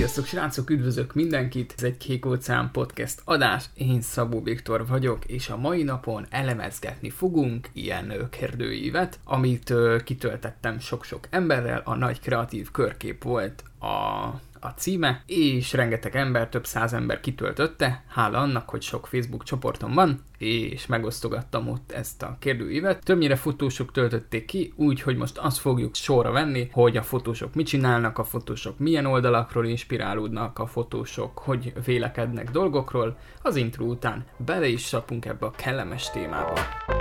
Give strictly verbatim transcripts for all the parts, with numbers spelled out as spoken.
Sziasztok srácok, üdvözlök mindenkit! Ez egy Kék Óceán Podcast adás, én Szabó Viktor vagyok, és a mai napon elemezgetni fogunk ilyen kérdőívet, amit ö, kitöltettem sok-sok emberrel, a Nagy Kreatív Körkép volt a... a címe, és rengeteg ember, több száz ember kitöltötte, hála annak, hogy sok Facebook csoportom van, és megosztogattam ott ezt a kérdőívet. Többnyire fotósok töltötték ki, úgyhogy most azt fogjuk sorra venni, hogy a fotósok mit csinálnak, a fotósok milyen oldalakról inspirálódnak, a fotósok hogy vélekednek dolgokról. Az intro után bele is csapunk ebbe a kellemes témába.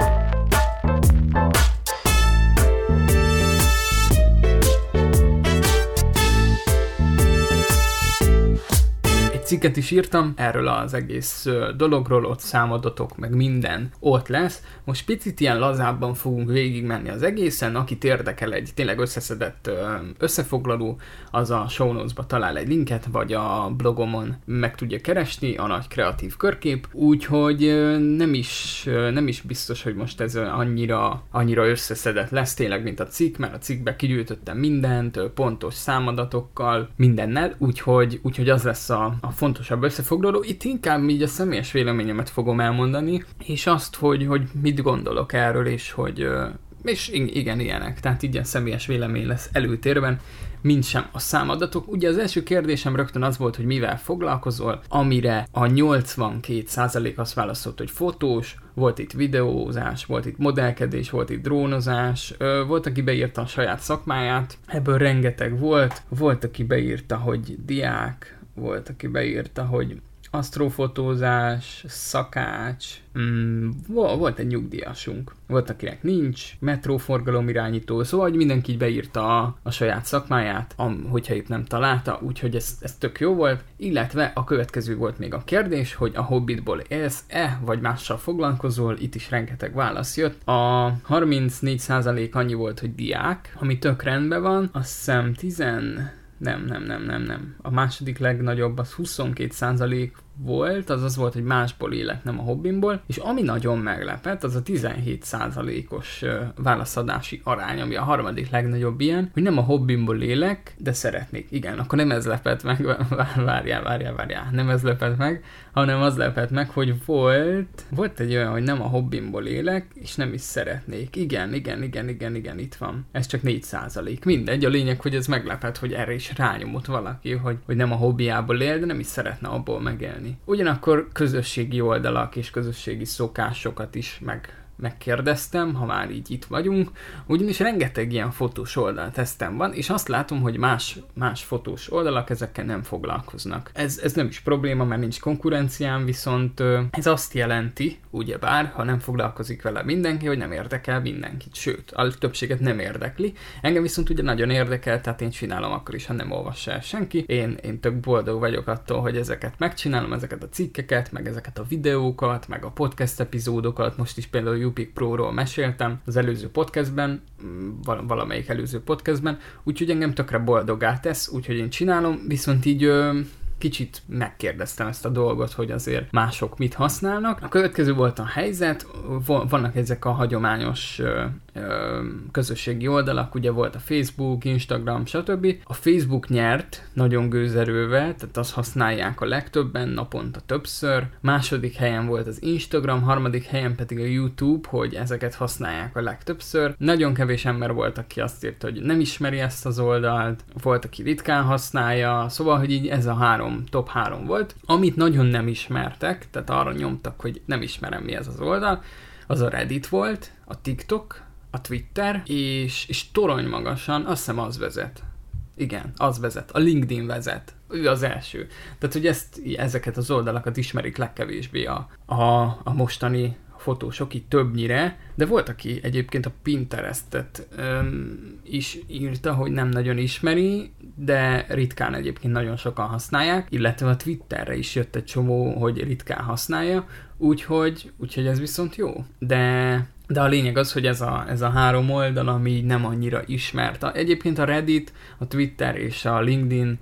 Cikket is írtam erről az egész dologról, ott számadatok, meg minden ott lesz. Most picit ilyen lazábban fogunk végigmenni az egészen, akit érdekel egy tényleg összeszedett összefoglaló, az a show notes-ba talál egy linket, vagy a blogomon meg tudja keresni, a Nagy Kreatív Körkép, úgyhogy nem is, nem is biztos, hogy most ez annyira, annyira összeszedett lesz tényleg, mint a cikk, mert a cikkbe kigyűjtöttem mindent, pontos számadatokkal, mindennel, úgyhogy, úgyhogy az lesz a, a fontosabb összefoglaló. Itt inkább így a személyes véleményemet fogom elmondani, és azt, hogy, hogy mit gondolok erről, és hogy és igen, ilyenek. Tehát így a személyes vélemény lesz előtérben, mint sem a számadatok. Ugye az első kérdésem rögtön az volt, hogy mivel foglalkozol, amire a nyolcvankét százalék azt válaszolt, hogy fotós, volt itt videózás, volt itt modellkedés, volt itt drónozás, volt, aki beírta a saját szakmáját, ebből rengeteg volt, volt, aki beírta, hogy diák, volt, aki beírta, hogy asztrofotózás, szakács, mm, volt egy nyugdíjasunk, volt, akinek nincs, metróforgalomirányító, szóval, hogy mindenki így beírta a, a saját szakmáját, am, hogyha itt nem találta, úgyhogy ez, ez tök jó volt, illetve a következő volt még a kérdés, hogy a hobbitból élsz-e, vagy mással foglalkozol, itt is rengeteg válasz jött. A harmincnégy százalék annyi volt, hogy diák, ami tök rendben van, azt hiszem tíz Nem, nem, nem, nem, nem. A második legnagyobb az huszonkét százalék volt, az az volt, hogy másból élek, nem a hobbimból, és ami nagyon meglepett, az a tizenhét százalékos válaszadási arány, ami a harmadik legnagyobb ilyen, hogy nem a hobbimból élek, de szeretnék. Igen, akkor nem ez lepett meg, várjál, várjál, várjál, nem ez lepett meg, hanem az lepett meg, hogy volt, volt egy olyan, hogy nem a hobbimból élek, és nem is szeretnék. Igen, igen, igen, igen, igen, itt van. Ez csak négy százalék. Mindegy, a lényeg, hogy ez meglepett, hogy erre is rányomott valaki, hogy, hogy nem a hobbiából él, de nem is szeretne abból megélni. Ugyanakkor közösségi oldalak és közösségi szokásokat is meg, megkérdeztem, ha már így itt vagyunk, ugyanis rengeteg ilyen fotós oldal tesztem van, és azt látom, hogy más, más fotós oldalak ezekkel nem foglalkoznak. Ez, ez nem is probléma, mert nincs konkurenciám, viszont ez azt jelenti, ugyebár, ha nem foglalkozik vele mindenki, hogy nem érdekel mindenkit, sőt, a többséget nem érdekli. Engem viszont ugye nagyon érdekel, tehát én csinálom akkor is, ha nem olvassa el senki. Én, én tök boldog vagyok attól, hogy ezeket megcsinálom, ezeket a cikkeket, meg ezeket a videókat, meg a podcast epizódokat, most is például YouPic Pro-ról meséltem az előző podcastben, valamelyik előző podcastben, úgyhogy engem tökre boldoggá tesz, úgyhogy én csinálom, viszont így ö, kicsit megkérdeztem ezt a dolgot, hogy azért mások mit használnak. A következő volt a helyzet, vannak ezek a hagyományos ö, ö, közösségi oldalak, ugye volt a Facebook, Instagram, stb. A Facebook nyert nagyon gőzerővel, tehát azt használják a legtöbben, naponta többször. Második helyen volt az Instagram, harmadik helyen pedig a YouTube, hogy ezeket használják a legtöbbször. Nagyon kevés ember volt, aki azt írta, hogy nem ismeri ezt az oldalt, volt, aki ritkán használja, szóval, hogy így ez a három top három volt. Amit nagyon nem ismertek, tehát arra nyomtak, hogy nem ismerem mi ez az oldal, az a Reddit volt, a TikTok, a Twitter, és, és torony magasan, azt hiszem az vezet. Igen, az vezet. A LinkedIn vezet. Ő az első. Tehát, hogy ezt, ezeket az oldalakat ismerik legkevésbé a, a, a mostani fotósok, így többnyire, de volt, aki egyébként a Pinterestet öm, is írta, hogy nem nagyon ismeri, de ritkán egyébként nagyon sokan használják, illetve a Twitterre is jött egy csomó, hogy ritkán használja, úgyhogy, úgyhogy ez viszont jó. De, de a lényeg az, hogy ez a, ez a három oldal, ami nem annyira ismert. Egyébként a Reddit, a Twitter és a LinkedIn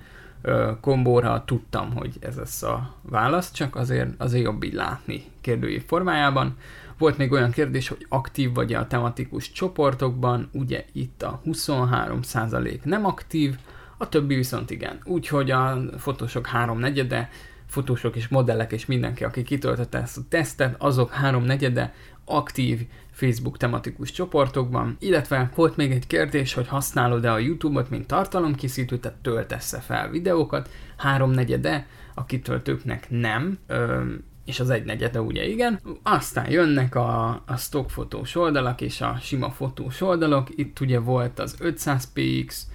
kombóra tudtam, hogy ez lesz a válasz, csak azért, azért jobb így látni kérdőív formájában. Volt még olyan kérdés, hogy aktív vagy a tematikus csoportokban, ugye itt a huszonhárom százalék nem aktív, a többi viszont igen. Úgyhogy a fotósok háromnegyede, fotósok és modellek és mindenki, aki kitöltötte ezt a tesztet, azok háromnegyede aktív Facebook tematikus csoportokban, illetve volt még egy kérdés, hogy használod-e a YouTube-ot, mint tartalomkészítő, tehát töltesz-e fel videókat, háromnegyede a kitöltőknek nem, ö, és az egynegyede ugye igen. Aztán jönnek a, a stockfotós oldalak és a sima fotós oldalak, itt ugye volt az ötszáz pé iksz,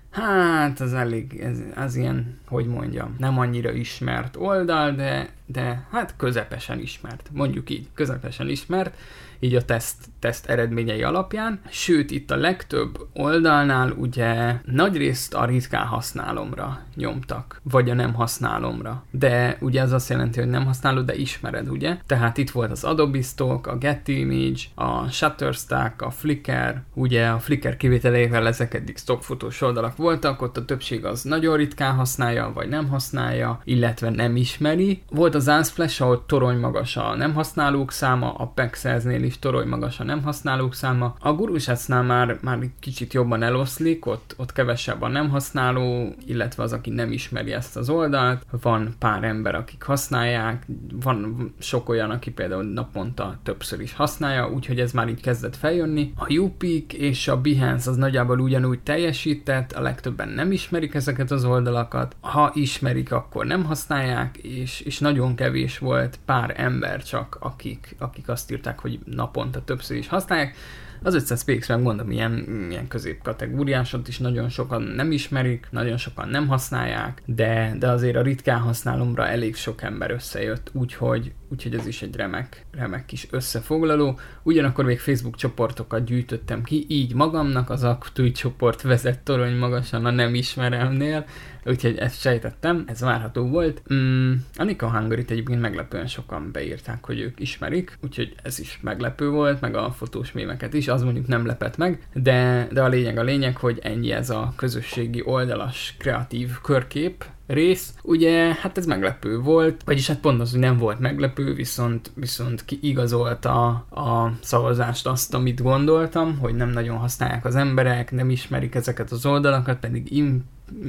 hát az elég, ez, az ilyen, hogy mondjam, nem annyira ismert oldal, de, de hát közepesen ismert, mondjuk így, közepesen ismert, így a teszt, teszt eredményei alapján, sőt itt a legtöbb oldalnál ugye nagyrészt a ritkán használomra nyomtak, vagy a nem használomra, de ugye az azt jelenti, hogy nem használod, de ismered, ugye? Tehát itt volt az Adobe Stock, a Getty Image, a Shutterstock, a Flickr, ugye a Flickr kivételével ezek eddig stockfotós oldalak voltak, ott a többség az nagyon ritkán használja, vagy nem használja, illetve nem ismeri. Volt az Unsplash, ahol torony magas a nem használók száma, a Pexelsnél is torony magas a nem használók száma. A Gurushotsnál már, már kicsit jobban eloszlik, ott, ott kevesebb a nem használó, illetve az, aki nem ismeri ezt az oldalt. Van pár ember, akik használják, van sok olyan, aki például naponta többször is használja, úgyhogy ez már így kezdett feljönni. A YouPeek és a Behance az nagyjából ugyanúgy teljesített, a legtöbben nem ismerik ezeket az oldalakat. Ha ismerik, akkor nem használják, és, és nagyon kevés volt pár ember csak, akik, akik azt írták, hogy naponta többször is használják. Az ötszáz pé iksz meg mondom, ilyen, ilyen középkategóriásot is nagyon sokan nem ismerik, nagyon sokan nem használják, de, de azért a ritkán használomra elég sok ember összejött, úgyhogy, úgyhogy ez is egy remek, remek kis összefoglaló. Ugyanakkor még Facebook csoportokat gyűjtöttem ki, így magamnak az aktív csoport vezet torony magasan a nem ismeremnél, úgyhogy ezt sejtettem, ez várható volt. Mm, a Nikon Hungary-t egyébként meglepően sokan beírták, hogy ők ismerik, úgyhogy ez is meglepő volt, meg a fotós mémeket is, az mondjuk nem lepett meg, de, de a lényeg a lényeg, hogy ennyi ez a közösségi oldalas kreatív körkép rész. Ugye, hát ez meglepő volt, vagyis hát pont az, hogy nem volt meglepő, viszont, viszont kiigazolta a szavazást azt, amit gondoltam, hogy nem nagyon használják az emberek, nem ismerik ezeket az oldalakat, pedig im-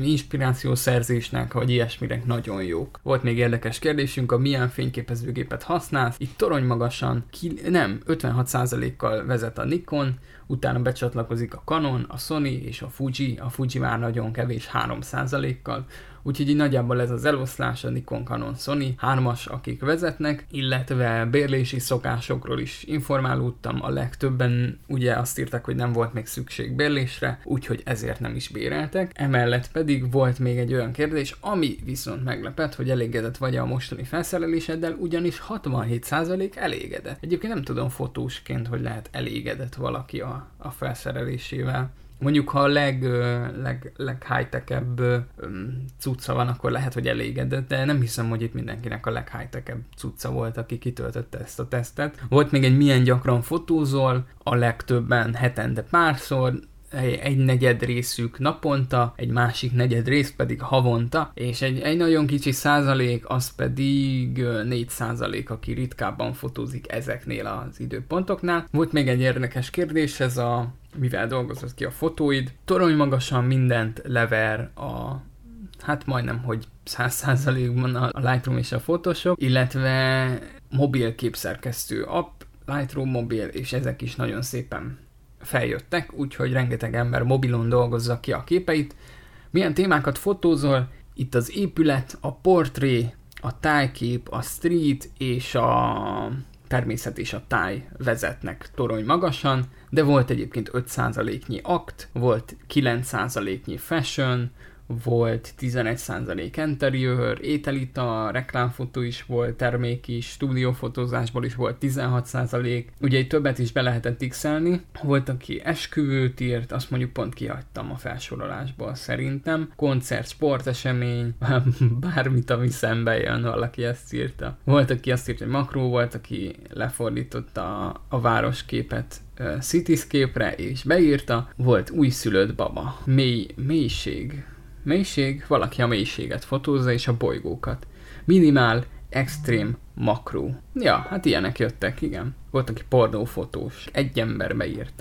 inspirációszerzésnek, vagy ilyesmire nagyon jók. Volt még érdekes kérdésünk, a milyen fényképezőgépet használsz. Itt torony magasan, ki, nem, ötvenhat százalékkal vezet a Nikon, utána becsatlakozik a Canon, a Sony és a Fuji, a Fuji már nagyon kevés három százalékkal, úgyhogy így nagyjából ez az eloszlás, a Nikon, Canon, Sony, hármas, akik vezetnek, illetve bérlési szokásokról is informálódtam, a legtöbben ugye azt írták, hogy nem volt még szükség bérlésre, úgyhogy ezért nem is béreltek. Emellett pedig volt még egy olyan kérdés, ami viszont meglepett, hogy elégedett vagy a mostani felszereléseddel, ugyanis hatvanhét százalék elégedett. Egyébként nem tudom fotósként, hogy lehet elégedett valaki a, a felszerelésével. Mondjuk, ha a leg, leg, leg high-tech-ebb cucca van, akkor lehet, hogy elégedett, de nem hiszem, hogy itt mindenkinek a leg high-tech-ebb cucca volt, aki kitöltötte ezt a tesztet. Volt még egy milyen gyakran fotózol, a legtöbben hetente párszor, egy negyed részük naponta, egy másik negyed rész pedig havonta, és egy, egy nagyon kicsi százalék, az pedig négy százalék, aki ritkábban fotózik ezeknél az időpontoknál. Volt még egy érdekes kérdés, ez a mivel dolgozott ki a fotóid. Torony magasan mindent lever a, hát majdnem, hogy száz százalékban a Lightroom és a Photoshop, illetve mobil képszerkesztő app, Lightroom mobil, és ezek is nagyon szépen feljöttek, úgyhogy rengeteg ember mobilon dolgozza ki a képeit. Milyen témákat fotózol? Itt az épület, a portré, a tájkép, a street és a természet és a táj vezetnek torony magasan, de volt egyébként öt százaléknyi akt, volt kilenc százaléknyi fashion, volt tizenegy százalék interiőr, ételita, reklámfotó is volt, termék is, stúdiófotózásból is volt tizenhat százalék. Ugye egy többet is be lehetett x-elni. Volt, aki esküvőt írt, azt mondjuk pont kihagytam a felsorolásból szerintem. Koncert, sportesemény, bármit, ami szembe jön, valaki ezt írta. Volt, aki azt írta, hogy makró, volt, aki lefordította a, a városképet uh, cityscape-re és beírta. Volt újszülött baba, mély, mélység, Mélység, valaki a mélységet fotózza és a bolygókat. Minimál, extrém, makró. Ja, hát ilyenek jöttek, igen. Volt, aki pornófotós. Egy ember beírta.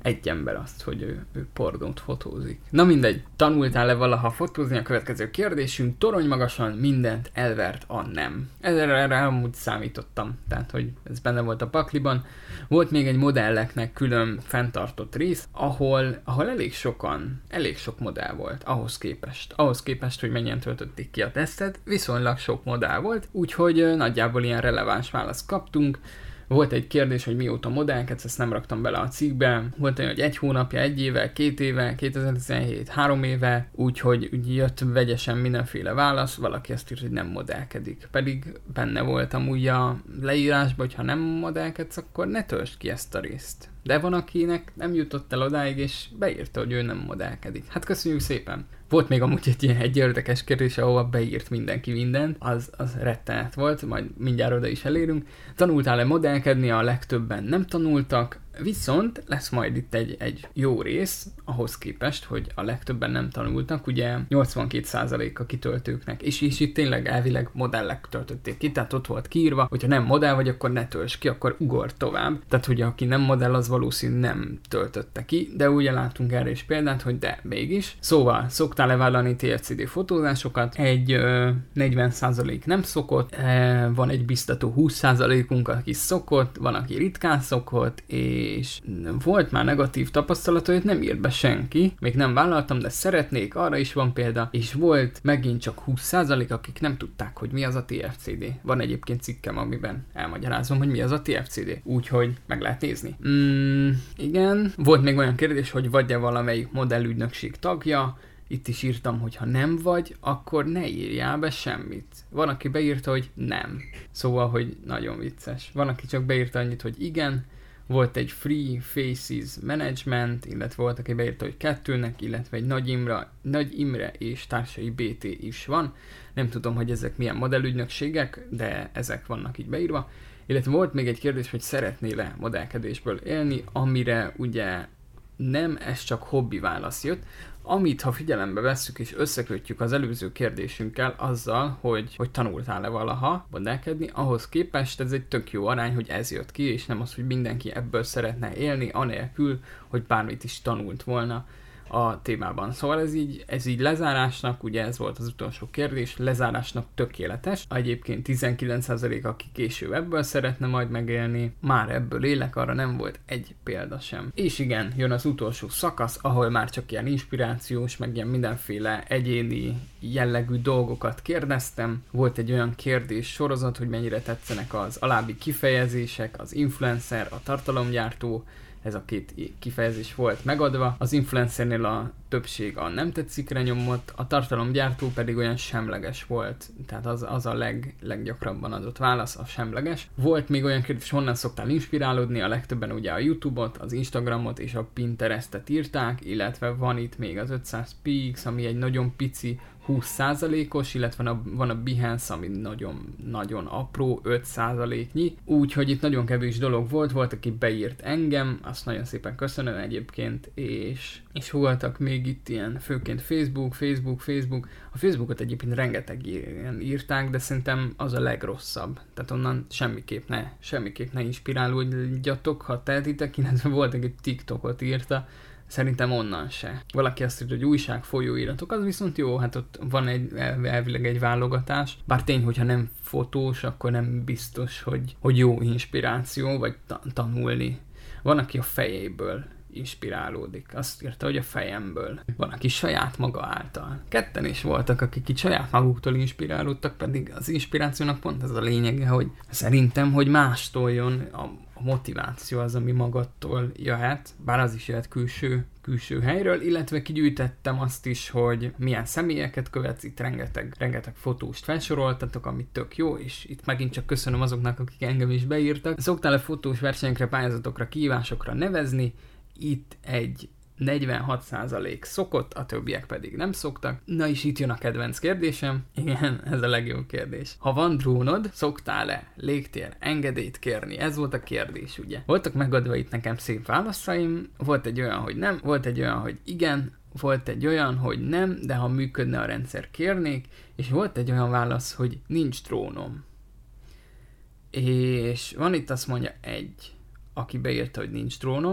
egy ember azt, hogy ő, ő pornót fotózik. Na mindegy, tanultál-e valaha fotózni? A következő kérdésünk, torony magasan mindent elvert a nem. Erre, erre amúgy számítottam, tehát hogy ez benne volt a pakliban. Volt még egy modelleknek külön fenntartott rész, ahol, ahol elég sokan, elég sok modell volt ahhoz képest. Ahhoz képest, hogy mennyien töltötték ki a tesztet, viszonylag sok modell volt, úgyhogy nagyjából ilyen releváns választ kaptunk. Volt egy kérdés, hogy mióta modellkedsz, ezt nem raktam bele a cikkbe. Volt olyan, hogy egy hónapja, egy éve, két éve, kétezer-tizenhét, három éve, úgyhogy úgy jött vegyesen mindenféle válasz, valaki azt írt, hogy nem modellkedik. Pedig benne voltam úgy a leírásban, hogy ha nem modellkedsz, akkor ne töltsd ki ezt a részt. De van, akinek nem jutott el odáig, és beírta, hogy ő nem modellkedik. Hát köszönjük szépen! Volt még amúgy egy, egy érdekes kérdés, ahova beírt mindenki mindent, az, az rettenet volt, majd mindjárt oda is elérünk. Tanultál-e modellkedni? A legtöbben nem tanultak, viszont lesz majd itt egy, egy jó rész, ahhoz képest, hogy a legtöbben nem tanultak, ugye nyolcvankét százalék a kitöltőknek, és, és itt tényleg elvileg modellek töltötték ki, tehát ott volt kiírva, hogyha nem modell vagy, akkor ne tölts ki, akkor ugor tovább. Tehát, hogy aki nem modell, az valószínűleg nem töltötte ki, de ugye látunk erre is példát, hogy de mégis. Szóval, szoktál-e vállalni té ef cé dé fotózásokat? Egy ö, negyven százalék nem szokott, e, van egy biztató húsz százalékunk, aki szokott, van, aki ritkán szokott, és és volt már negatív tapasztalat, hogy nem írt be senki, még nem vállaltam, de szeretnék, arra is van példa, és volt megint csak húsz százalék, akik nem tudták, hogy mi az a té ef cé dé. Van egyébként cikkem, amiben elmagyarázom, hogy mi az a té ef cé dé, úgyhogy meg lehet nézni. Mm, igen, volt még olyan kérdés, hogy vagy-e valamelyik modellügynökség tagja. Itt is írtam, hogy ha nem vagy, akkor ne írjál be semmit. Van, aki beírta, hogy nem. Szóval, hogy nagyon vicces. Van, aki csak beírta annyit, hogy igen. Volt egy Free Faces Management, illetve volt, aki beírta, hogy kettőnek, illetve egy Nagy Imre, Nagy Imre és társai bé té is van. Nem tudom, hogy ezek milyen modellügynökségek, de ezek vannak így beírva. Illetve volt még egy kérdés, hogy szeretnél-e modellkedésből élni, amire ugye nem, ez csak hobbi válasz jött. Amit, ha figyelembe vesszük és összekötjük az előző kérdésünkkel azzal, hogy, hogy tanultál-e valaha modellkedni, ahhoz képest ez egy tök jó arány, hogy ez jött ki, és nem az, hogy mindenki ebből szeretne élni, anélkül, hogy bármit is tanult volna a témában. Szóval ez így, ez így lezárásnak, ugye ez volt az utolsó kérdés, lezárásnak tökéletes. Egyébként tizenkilenc százalék, aki később ebből szeretne majd megélni, már ebből élek, arra nem volt egy példa sem. És igen, jön az utolsó szakasz, ahol már csak ilyen inspirációs, meg ilyen mindenféle egyéni jellegű dolgokat kérdeztem. Volt egy olyan kérdés sorozat, hogy mennyire tetszenek az alábbi kifejezések, az influencer, a tartalomgyártó, ez a két kifejezés volt megadva. Az influencernél a többség a nem tetszikre nyomott, a tartalomgyártó pedig olyan semleges volt, tehát az, az a leg, leggyakrabban adott válasz, a semleges. Volt még olyan kérdés, honnan szoktál inspirálódni, a legtöbben ugye a YouTube-ot, az Instagramot és a Pinterestet írták, illetve van itt még az ötszáz pé iksz, ami egy nagyon pici húsz százalékos, illetve van a, van a Behance, ami nagyon, nagyon apró, öt százaléknyi, úgyhogy itt nagyon kevés dolog volt, volt, aki beírt engem, azt nagyon szépen köszönöm egyébként, és, és voltak még itt ilyen, főként Facebook, Facebook, Facebook, a Facebookot egyébként rengeteg ilyen írták, de szerintem az a legrosszabb, tehát onnan semmiképp ne, semmiképp ne inspirálódjatok, ha tehetitek, illetve volt, aki TikTokot írta, szerintem onnan se. Valaki azt írta, hogy újság folyóiratok, az viszont jó, hát ott van egy, elvileg egy válogatás. Bár tény, hogyha nem fotós, akkor nem biztos, hogy, hogy jó inspiráció, vagy ta- tanulni. Van, aki a fejéből inspirálódik. Azt írta, hogy a fejemből. Van, aki saját maga által. Ketten is voltak, akik itt saját maguktól inspirálódtak, pedig az inspirációnak pont ez a lényege, hogy szerintem, hogy mástól jön a A motiváció az, ami magadtól jöhet, bár az is jöhet külső, külső helyről, illetve kigyűjtettem azt is, hogy milyen személyeket követsz, itt rengeteg, rengeteg fotóst felsoroltatok, ami tök jó, és itt megint csak köszönöm azoknak, akik engem is beírtak. Szoktál-e fotós versenyekre, pályázatokra, kihívásokra nevezni? Itt egy negyvenhat százalék szokott, a többiek pedig nem szoktak. Na és itt jön a kedvenc kérdésem. Igen, ez a legjobb kérdés. Ha van drónod, szoktál-e légtér engedélyt kérni? Ez volt a kérdés, ugye? Voltak megadva itt nekem szép válaszaim, volt egy olyan, hogy nem, volt egy olyan, hogy igen, volt egy olyan, hogy nem, de ha működne a rendszer, kérnék, és volt egy olyan válasz, hogy nincs drónom. És van itt azt mondja egy, aki beírta, hogy nincs drónom,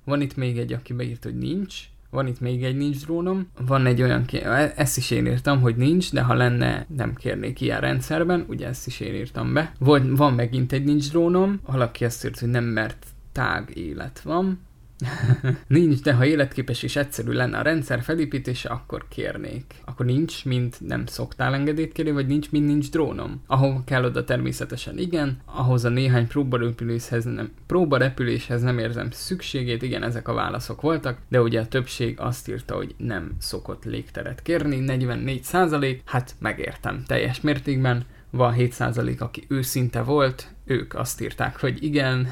van itt még egy, aki beírt, hogy nincs, van itt még egy nincs drónom, van egy olyan, ezt is én írtam, hogy nincs, de ha lenne, nem kérnék ilyen rendszerben, ugye ezt is én írtam be. Vagy van megint egy nincs drónom, valaki azt írt, hogy nem, mert tág élet van. Nincs, de ha életképes és egyszerű lenne a rendszer felépítése, akkor kérnék. Akkor nincs, mint nem szoktál engedélyt kérni, vagy nincs, mint nincs drónom. Ahova kell oda természetesen igen, ahhoz a néhány próbarepüléshez nem, próbarepüléshez nem érzem szükségét, igen, ezek a válaszok voltak, de ugye a többség azt írta, hogy nem szokott légteret kérni, negyvennégy százalék, hát megértem teljes mértékben. Van hét százalék, aki őszinte volt, ők azt írták, hogy igen,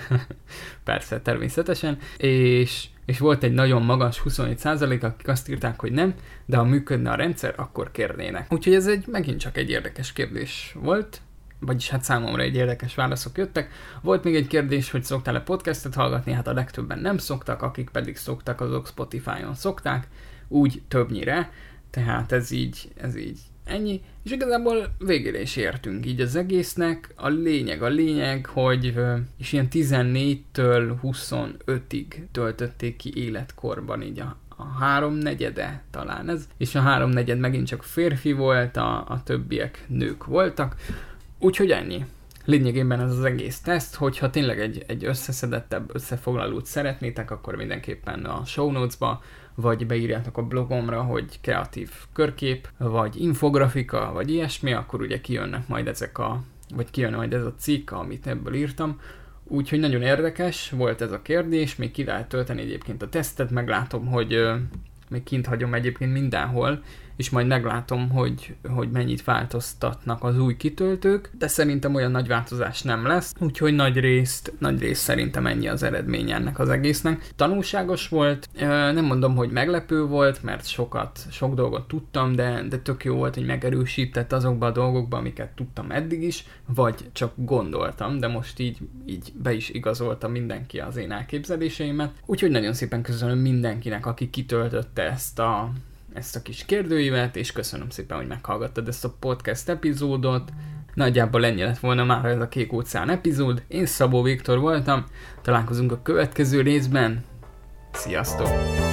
persze, természetesen, és, és volt egy nagyon magas huszonöt százalék, akik azt írták, hogy nem, de ha működne a rendszer, akkor kérnének. Úgyhogy ez egy megint csak egy érdekes kérdés volt, vagyis hát számomra egy érdekes válaszok jöttek. Volt még egy kérdés, hogy szoktál-e podcastet hallgatni, hát a legtöbben nem szoktak, akik pedig szoktak, azok Spotify-on szokták, úgy többnyire, tehát ez így, ez így ennyi, és igazából végére is értünk így az egésznek. A lényeg, a lényeg, hogy és ilyen tizennégytől huszonötig töltötték ki életkorban így a, a háromnegyede talán ez, és a háromnegyed megint csak férfi volt, a, a többiek nők voltak, úgyhogy ennyi. Lényegében ez az egész teszt, hogyha tényleg egy, egy összeszedettebb összefoglalót szeretnétek, akkor mindenképpen a show notes-ba, vagy beírjátok a blogomra, hogy kreatív körkép, vagy infografika, vagy ilyesmi, akkor ugye kijönnek majd ezek a, vagy kijön majd ez a cikk, amit ebből írtam. Úgyhogy nagyon érdekes volt ez a kérdés, még ki lehet tölteni egyébként a tesztet, meglátom, hogy ö, még kint hagyom egyébként mindenhol, és majd meglátom, hogy, hogy mennyit változtatnak az új kitöltők, de szerintem olyan nagy változás nem lesz, úgyhogy nagy részt, nagy részt szerintem ennyi az eredmény ennek az egésznek. Tanulságos volt, nem mondom, hogy meglepő volt, mert sokat, sok dolgot tudtam, de, de tök jó volt, hogy megerősített azokba a dolgokba, amiket tudtam eddig is, vagy csak gondoltam, de most így, így be is igazolta mindenki az én elképzeléseimet. Úgyhogy nagyon szépen köszönöm mindenkinek, aki kitöltötte ezt a ezt a kis kérdőívet, és köszönöm szépen, hogy meghallgattad ezt a podcast epizódot. Nagyjából ennyi lett volna már ez a Kék Óceán epizód. Én Szabó Viktor voltam, találkozunk a következő részben. Sziasztok!